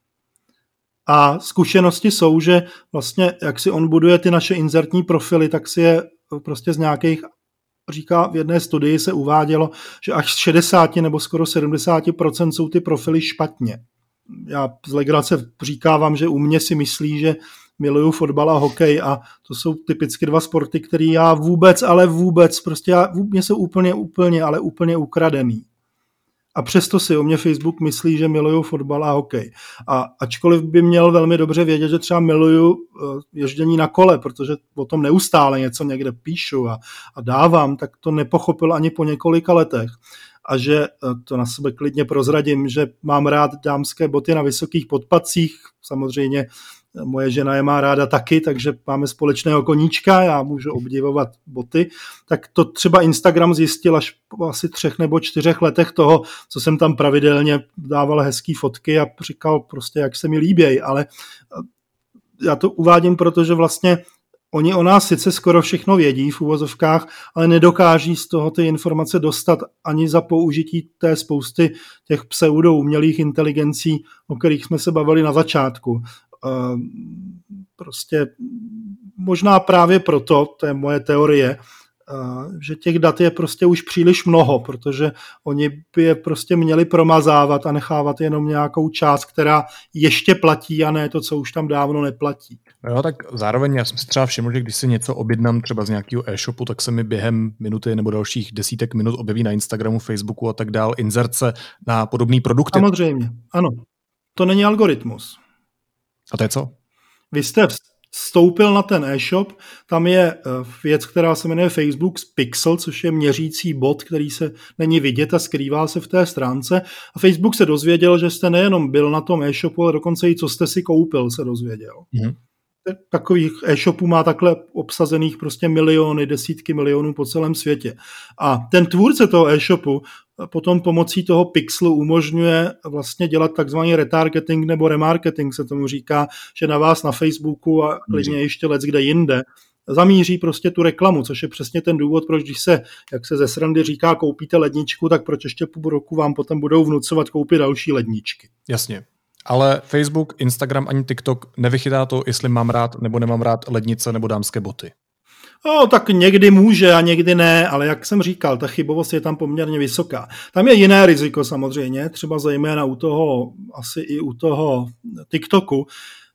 A zkušenosti jsou, že vlastně jak si on buduje ty naše inzertní profily, tak si je prostě z nějakých, říká v jedné studii se uvádělo, že až z 60 nebo skoro 70% jsou ty profily špatně. Já z legrace říkávám, že u mě si myslí, že miluju fotbal a hokej a to jsou typicky dva sporty, které já vůbec, prostě mě jsou úplně ukradený. A přesto si o mě Facebook myslí, že miluju fotbal a hokej. A ačkoliv by měl velmi dobře vědět, že třeba miluju ježdění na kole, protože o tom neustále něco někde píšu a dávám, tak to nepochopil ani po několika letech. A že to na sebe klidně prozradím, že mám rád dámské boty na vysokých podpatcích, samozřejmě moje žena je má ráda taky, takže máme společného koníčka, já můžu obdivovat boty, tak to třeba Instagram zjistil až po asi 3 nebo 4 letech toho, co jsem tam pravidelně dával hezký fotky a říkal prostě, jak se mi líbějí, ale já to uvádím, protože vlastně oni o nás sice skoro všechno vědí v uvozovkách, ale nedokáží z toho ty informace dostat ani za použití té spousty těch pseudoumělých inteligencí, o kterých jsme se bavili na začátku. Prostě možná právě proto, to je moje teorie, že těch dat je prostě už příliš mnoho, protože oni by je prostě měli promazávat a nechávat jenom nějakou část, která ještě platí a ne to, co už tam dávno neplatí. Jo, tak zároveň já jsem si třeba všiml, že když si něco objednám třeba z nějakého e-shopu, tak se mi během minuty nebo dalších desítek minut objeví na Instagramu, Facebooku a tak dál inzerce na podobný produkty. Samozřejmě, ano. To není algoritmus. A to je co? Vy jste vstoupil na ten e-shop, tam je věc, která se jmenuje Facebook Pixel, což je měřící bod, který se není vidět a skrývá se v té stránce. A Facebook se dozvěděl, že jste nejenom byl na tom e-shopu, ale dokonce i co jste si koupil, se dozvěděl. Takových e-shopů má takhle obsazených prostě miliony, desítky milionů po celém světě. A ten tvůrce toho e-shopu potom pomocí toho pixelu umožňuje vlastně dělat takzvaný retargeting nebo remarketing, se tomu říká, že na vás na Facebooku a klidně ještě leckde jinde zamíří prostě tu reklamu, což je přesně ten důvod, proč když se, jak se ze srandy říká, koupíte ledničku, tak proč ještě půl roku vám potom budou vnucovat koupit další ledničky. Jasně. Ale Facebook, Instagram ani TikTok nevychytá to, jestli mám rád nebo nemám rád lednice nebo dámské boty. No, tak někdy může a někdy ne, ale jak jsem říkal, ta chybovost je tam poměrně vysoká. Tam je jiné riziko samozřejmě, třeba zejména asi i u toho TikToku.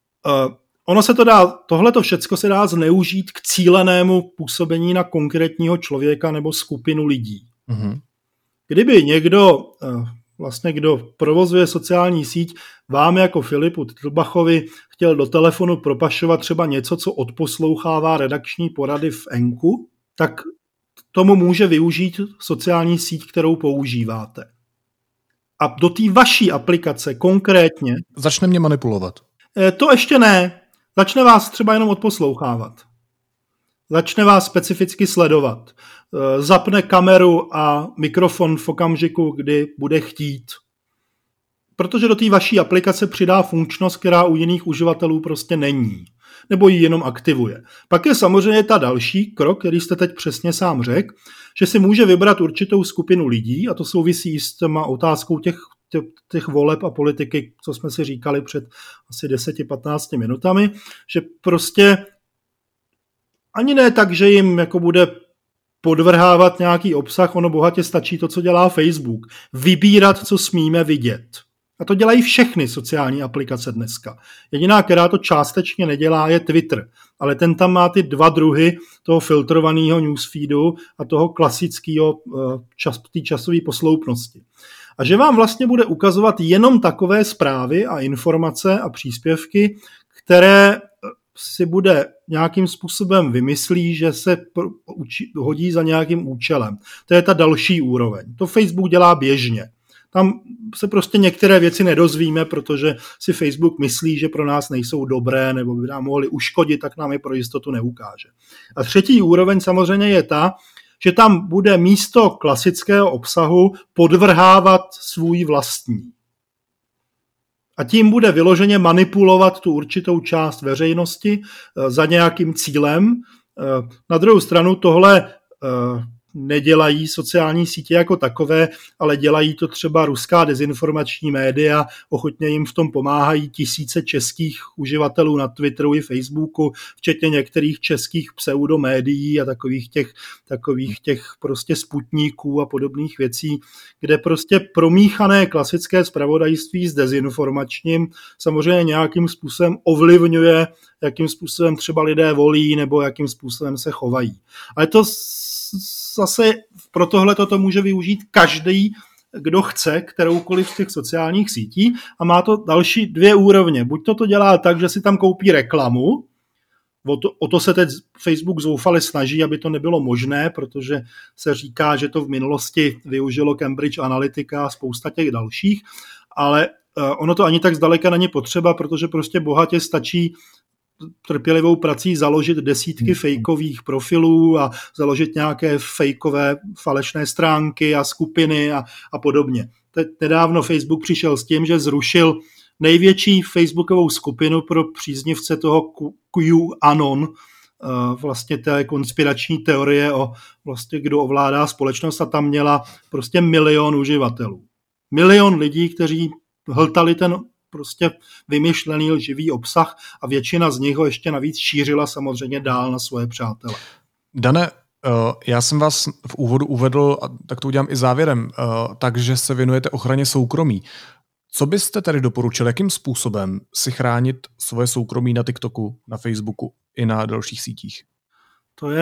Tohleto všecko se dá zneužít k cílenému působení na konkrétního člověka nebo skupinu lidí. Mm-hmm. Kdyby někdo, kdo provozuje sociální síť, vám jako Filipu Titlbachovi chtěl do telefonu propašovat třeba něco, co odposlouchává redakční porady v Enku, tak tomu může využít sociální síť, kterou používáte. A do té vaší aplikace konkrétně... Začne mě manipulovat. To ještě ne. Začne vás třeba jenom odposlouchávat. Začne vás specificky sledovat. Zapne kameru a mikrofon v okamžiku, kdy bude chtít. Protože do té vaší aplikace přidá funkčnost, která u jiných uživatelů prostě není. Nebo ji jenom aktivuje. Pak je samozřejmě ta další krok, který jste teď přesně sám řekl, že si může vybrat určitou skupinu lidí, a to souvisí s těma otázkou těch voleb a politiky, co jsme si říkali před asi 10-15 minutami, že prostě ani ne tak, že jim jako bude podvrhávat nějaký obsah, ono bohatě stačí to, co dělá Facebook. Vybírat, co smíme vidět. A to dělají všechny sociální aplikace dneska. Jediná, která to částečně nedělá, je Twitter. Ale ten tam má ty dva druhy toho filtrovaného newsfeedu a toho klasického té časové posloupnosti. A že vám vlastně bude ukazovat jenom takové zprávy a informace a příspěvky, které si bude nějakým způsobem vymyslí, že se hodí za nějakým účelem. To je ta další úroveň. To Facebook dělá běžně. Tam se prostě některé věci nedozvíme, protože si Facebook myslí, že pro nás nejsou dobré nebo by nám mohli uškodit, tak nám je pro jistotu neukáže. A třetí úroveň samozřejmě je ta, že tam bude místo klasického obsahu podvrhávat svůj vlastní. A tím bude vyloženě manipulovat tu určitou část veřejnosti za nějakým cílem. Na druhou stranu tohle nedělají sociální sítě jako takové, ale dělají to třeba ruská dezinformační média, ochotně jim v tom pomáhají tisíce českých uživatelů na Twitteru i Facebooku, včetně některých českých pseudomédií a takových těch prostě sputníků a podobných věcí, kde prostě promíchané klasické zpravodajství s dezinformačním samozřejmě nějakým způsobem ovlivňuje, jakým způsobem třeba lidé volí nebo jakým způsobem se chovají. Ale to zase pro tohle to může využít každý, kdo chce, kteroukoliv z těch sociálních sítí a má to další dvě úrovně. Buď to dělá tak, že si tam koupí reklamu, o to se teď Facebook zoufale snaží, aby to nebylo možné, protože se říká, že to v minulosti využilo Cambridge Analytica a spousta těch dalších, ale ono to ani tak zdaleka není potřeba, protože prostě bohatě stačí trpělivou prací založit desítky fejkových profilů a založit nějaké fejkové falešné stránky a skupiny a podobně. Teď nedávno Facebook přišel s tím, že zrušil největší facebookovou skupinu pro příznivce toho QAnon, vlastně té konspirační teorie o vlastně kdo ovládá společnost a tam měla prostě 1 milion uživatelů. 1 milion lidí, kteří hltali ten prostě vymyšlený lživý obsah a většina z nich ho ještě navíc šířila samozřejmě dál na svoje přátele. Dane, já jsem vás v úvodu uvedl, a tak to udělám i závěrem, takže se věnujete ochraně soukromí. Co byste tedy doporučil, jakým způsobem si chránit svoje soukromí na TikToku, na Facebooku i na dalších sítích? To je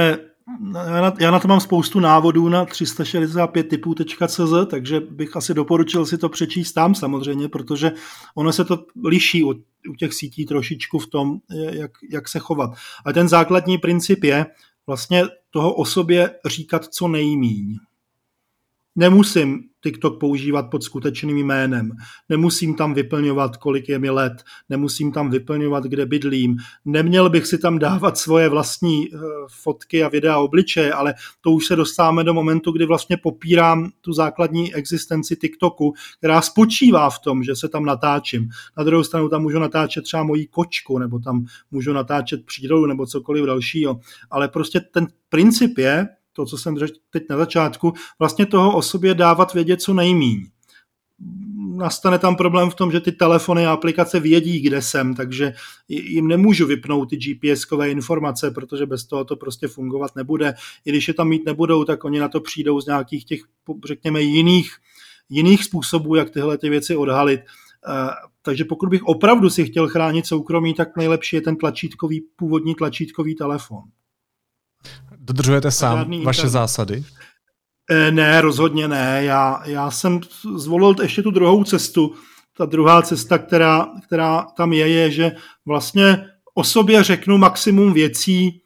Já na to mám spoustu návodů na 365typů.cz, takže bych asi doporučil si to přečíst tam samozřejmě, protože ono se to liší u těch sítí trošičku v tom, jak se chovat. Ale ten základní princip je vlastně toho o sobě říkat co nejmíň. Nemusím TikTok používat pod skutečným jménem, nemusím tam vyplňovat, kolik je mi let, nemusím tam vyplňovat, kde bydlím, neměl bych si tam dávat svoje vlastní fotky a videa obličeje, ale to už se dostáváme do momentu, kdy vlastně popírám tu základní existenci TikToku, která spočívá v tom, že se tam natáčím. Na druhou stranu tam můžu natáčet třeba moji kočku, nebo tam můžu natáčet přírodu, nebo cokoliv dalšího, ale prostě ten princip je, to, co jsem řekl teď na začátku, vlastně toho o sobě dávat vědět co nejmíň. Nastane tam problém v tom, že ty telefony a aplikace vědí, kde jsem, takže jim nemůžu vypnout ty GPS-kové informace, protože bez toho to prostě fungovat nebude. I když je tam mít nebudou, tak oni na to přijdou z nějakých těch, řekněme, jiných způsobů, jak tyhle ty věci odhalit. Takže pokud bych opravdu si chtěl chránit soukromí, tak nejlepší je ten původní tlačítkový telefon. Dodržujete sám vaše zásady? Ne, rozhodně ne. Já jsem zvolil ještě tu druhou cestu. Ta druhá cesta, která tam je, že vlastně o sobě řeknu maximum věcí,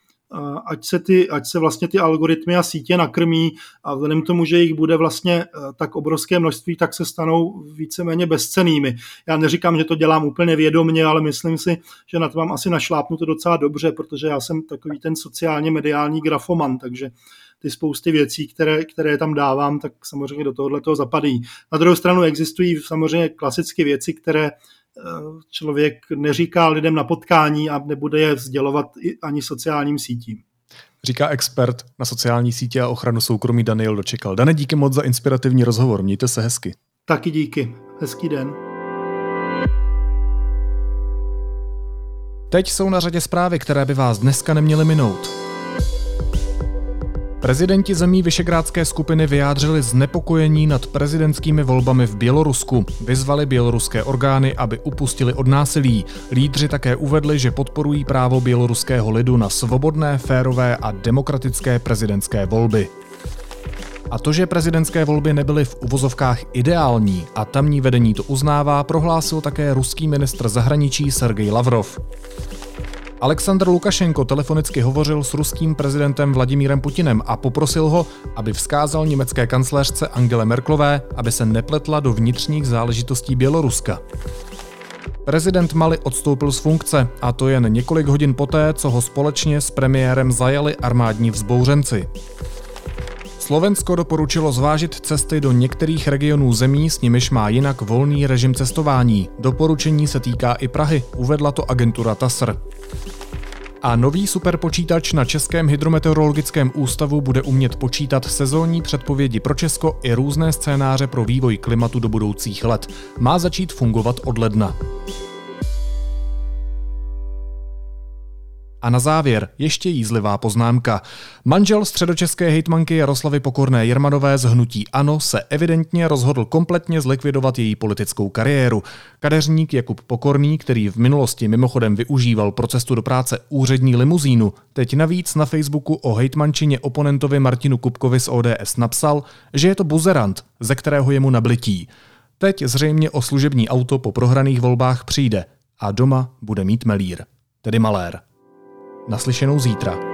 ať se vlastně ty algoritmy a sítě nakrmí a vzhledem k tomu, že jich bude vlastně tak obrovské množství, tak se stanou víceméně bezcennými. Já neříkám, že to dělám úplně vědomně, ale myslím si, že na to mám asi našlápnuto docela dobře, protože já jsem takový ten sociálně mediální grafoman, takže ty spousty věcí, které tam dávám, tak samozřejmě do tohoto zapadají. Na druhou stranu existují samozřejmě klasické věci, které člověk neříká lidem na potkání a nebude je sdělovat ani sociálním sítím. Říká expert na sociální sítě a ochranu soukromí Daniel Dočekal. Dane, díky moc za inspirativní rozhovor. Mějte se hezky. Taky díky. Hezký den. Teď jsou na řadě zprávy, které by vás dneska neměly minout. Prezidenti zemí Visegrádské skupiny vyjádřili znepokojení nad prezidentskými volbami v Bělorusku. Vyzvali běloruské orgány, aby upustili od násilí. Lídři také uvedli, že podporují právo běloruského lidu na svobodné, férové a demokratické prezidentské volby. A to, že prezidentské volby nebyly v uvozovkách ideální a tamní vedení to uznává, prohlásil také ruský ministr zahraničí Sergej Lavrov. Alexandr Lukašenko telefonicky hovořil s ruským prezidentem Vladimírem Putinem a poprosil ho, aby vzkázal německé kancléřce Angele Merkelové, aby se nepletla do vnitřních záležitostí Běloruska. Prezident Mali odstoupil z funkce, a to jen několik hodin poté, co ho společně s premiérem zajali armádní vzbouřenci. Slovensko doporučilo zvážit cesty do některých regionů zemí, s nimiž má jinak volný režim cestování. Doporučení se týká i Prahy, uvedla to agentura TASR. A nový superpočítač na Českém hydrometeorologickém ústavu bude umět počítat sezónní předpovědi pro Česko i různé scénáře pro vývoj klimatu do budoucích let. Má začít fungovat od ledna. A na závěr ještě jízlivá poznámka. Manžel středočeské hejtmanky Jaroslavy Pokorné Jermanové z hnutí ANO se evidentně rozhodl kompletně zlikvidovat její politickou kariéru. Kadeřník Jakub Pokorný, který v minulosti mimochodem využíval pro cestu do práce úřední limuzínu, teď navíc na Facebooku o hejtmančině oponentovi Martinu Kupkovi z ODS napsal, že je to buzerant, ze kterého je mu nablití. Teď zřejmě o služební auto po prohraných volbách přijde a doma bude mít melír, tedy malér. Naslyšenou zítra.